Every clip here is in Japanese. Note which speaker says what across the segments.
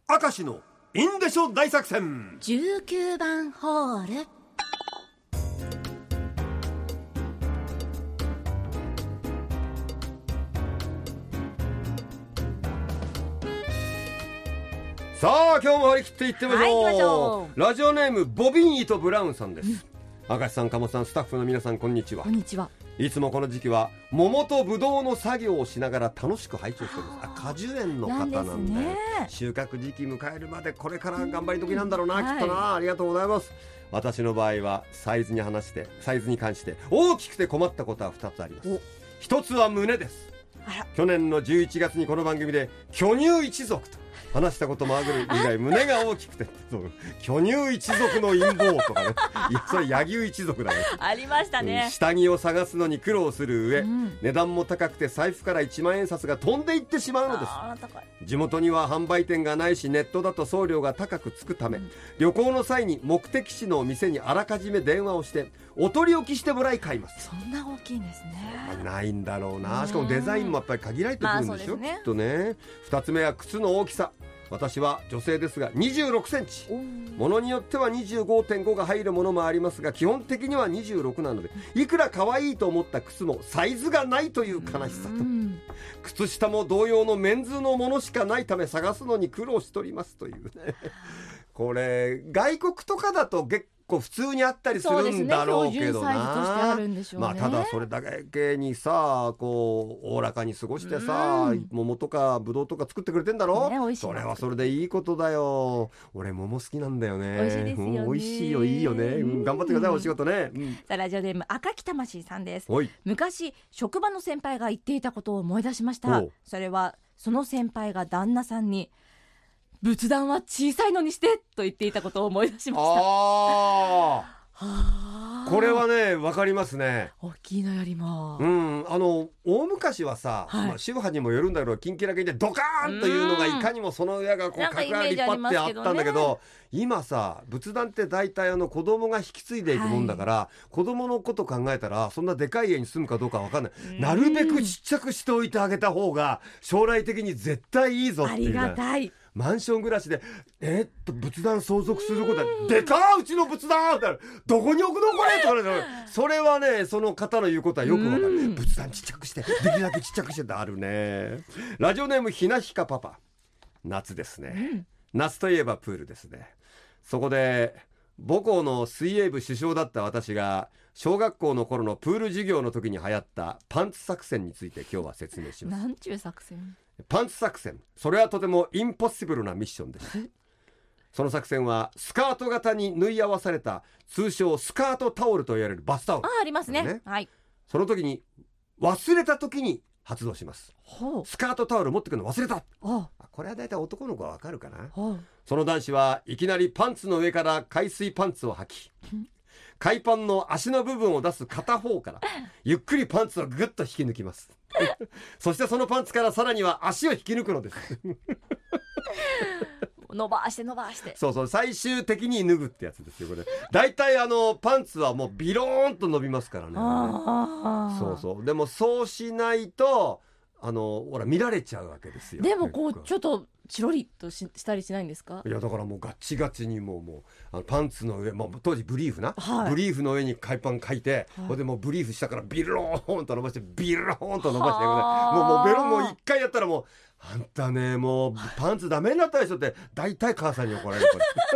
Speaker 1: 明石のインデショ大作戦
Speaker 2: 19番ホール。
Speaker 1: さあ今日も張り切っていってみましょう、
Speaker 2: はい、行きましょ
Speaker 1: ラジオネームボビンイトブラウンさんです、明石さん、鴨さん、スタッフの皆さん、こんにちは。
Speaker 2: こんにちは。
Speaker 1: いつもこの時期は桃とブドウの作業をしながら楽しく拝聴しております。果樹園の方なんで
Speaker 2: なんですね。
Speaker 1: 収穫時期迎えるまでこれから頑張り時なんだろうな、きっとな、
Speaker 2: は
Speaker 1: ありがとうございます。私の場合はサイズに関して大きくて困ったことは2つあります。1つは胸です。去年の11月にこの番組で巨乳一族と話したこともある以外胸が大きくて巨乳一族の陰謀とかねいやそれ柳生一族だね
Speaker 2: ありましたね、
Speaker 1: 下着を探すのに苦労する上、
Speaker 2: うん
Speaker 1: 値段も高くて財布から1万円札が飛んでいってしまうのです。
Speaker 2: 高い。
Speaker 1: 地元には販売店がないしネットだと送料が高くつくため、旅行の際に目的地の店にあらかじめ電話をしてお取り置きしてもらい買います。
Speaker 2: そんな大きいんですね。
Speaker 1: ないんだろうな。しかもデザインもやっぱり限られてくるんでしょ、
Speaker 2: まあそうですね
Speaker 1: きっとね。2つ目は靴の大きさ。私は女性ですが26センチ、ものによっては 25.5 が入るものもありますが基本的には26なので、いくら可愛いと思った靴もサイズがないという悲しさと、靴下も同様のメンズのものしかないため探すのに苦労しておりますというねこれ外国とかだと結構普通にあったりするんだろうけどな、
Speaker 2: 標準サイズとしてあるんでしょうね。
Speaker 1: まあただそれだけにさこうおおらかに過ごしてさ、桃とかぶどうとか作ってくれてんだろ、
Speaker 2: ね、美味しい。
Speaker 1: それはそれでいいことだよ。俺桃好きなんだよね。
Speaker 2: 美味しいですよね。
Speaker 1: 美味しいよ、いいよね、頑張ってください、お仕事ね、
Speaker 2: さあラジオネーム赤木魂さんです。
Speaker 1: おい。
Speaker 2: 昔職場の先輩が言っていたことを思い出しました。それはその先輩が旦那さんに仏壇は小さいのにしてと言っていたことを思い出しました。
Speaker 1: これはね分かりますね。
Speaker 2: 大きいのよりも、
Speaker 1: 大昔はさ、宗派にもよるんだけどキンキラキンでドカーンというのがいかにもその上がこう格が立派ってあったんだけど、今さ仏壇って大体子供が引き継いでいくもんだから、子供のこと考えたらそんなでかい家に住むかどうか分かんない、なるべくちっちゃくしておいてあげた方が将来的に絶対いいぞっていう、ね、
Speaker 2: ありがたい。
Speaker 1: マンション暮らしで仏壇相続することはでかーうちの仏壇ってどこに置くのこれとか、それはねその方の言うことはよくわかる。仏壇ちっちゃくしてできるだけちっちゃくしてってあるね。ラジオネームひなひかパパ。夏ですね、夏といえばプールですね。そこで母校の水泳部主将だった私が小学校の頃のプール授業の時に流行ったパンツ作戦について今日は説明します。
Speaker 2: なんちゅう作戦？
Speaker 1: パンツ作戦、それはとてもインポッシブルなミッションです。その作戦はスカート型に縫い合わされた通称スカートタオルと言われるバスタオル。
Speaker 2: ありますね。はい。
Speaker 1: その時に忘れた時に発動します。スカートタオル持ってくるの忘れた。これはだいたい男の子はわかるかな。その男子はいきなりパンツの上から海水パンツを履き海パンの足の部分を出す片方からゆっくりパンツをぐっと引き抜きますそしてそのパンツからさらには足を引き抜くのです
Speaker 2: 伸ばして
Speaker 1: そう最終的に脱ぐってやつですよこれ。だいたいパンツはもうビローンと伸びますからね。そうでもそうしないとほら見られちゃうわけですよ。
Speaker 2: でもこうちょっとチロリっとしたりしないんですか？
Speaker 1: いやだからもうガチガチにもうパンツの上、当時ブリーフな、ブリーフの上に海パン書いて、これでもうブリーフ下からビローンと伸ばしてビローンと伸ばしてもうベロもう一回やったらもうあんたねもうパンツダメになったでしょって大体母さんに怒られる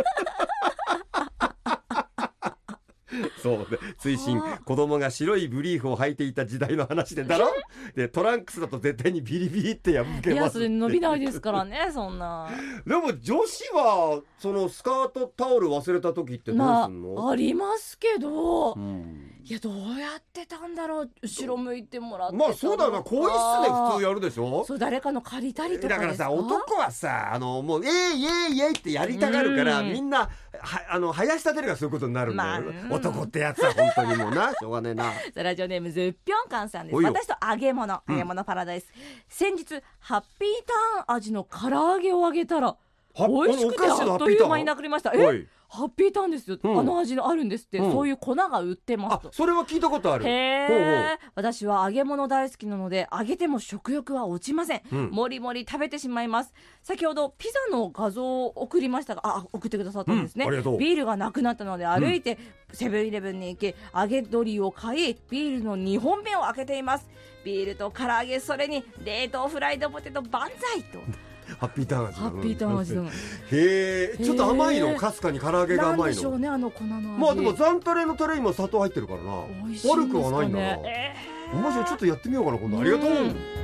Speaker 1: そうで追伸子供が白いブリーフを履いていた時代の話でだろでトランクスだと絶対にビリビリって破けますって。い
Speaker 2: やそれ伸びないですからねそんな。
Speaker 1: でも女子はそのスカートタオル忘れた時ってどうすんの？
Speaker 2: ありますけど、いやどうやってたんだろう。後ろ向いてもらって
Speaker 1: そうだな、更衣室で普通やるでしょ。
Speaker 2: そう誰かの借りたりとかですか。
Speaker 1: だからさ男はさもうイエイイエイってやりたがるからみんな生やしたてるがそういうことになるんだよ、男ってやつは本当にもうなしょうがねえな
Speaker 2: ラジオネームずっぴょんかんさんです。私と揚げ物パラダイス、先日ハッピーターン味の唐揚げを揚げたら美味しくてあっという間になくなりました。 ハッピーターンですよ、あの味のあるんですって、そういう粉が売ってますと。
Speaker 1: それは聞いたことある。
Speaker 2: 私は揚げ物大好きなので揚げても食欲は落ちません、もりもり食べてしまいます。先ほどピザの画像を送りましたが、送ってくださったんですね、ビールがなくなったので歩いてセブンイレブンに行き揚げ鶏を買いビールの2本目を開けています。ビールと唐揚げ、それに冷凍フライドポテト万歳と
Speaker 1: ハッピーターン味。
Speaker 2: ハッピーターン味の。
Speaker 1: へえ、ちょっと甘いの、かすかに唐揚げが甘いの。
Speaker 2: なんでしょうね、あの粉の味。
Speaker 1: まあでもザンタレのタレにも砂糖入ってるからな、
Speaker 2: 美味しいんですかね。
Speaker 1: 悪くはないんだな。面白い、ちょっとやってみようかな今度。ありがとう。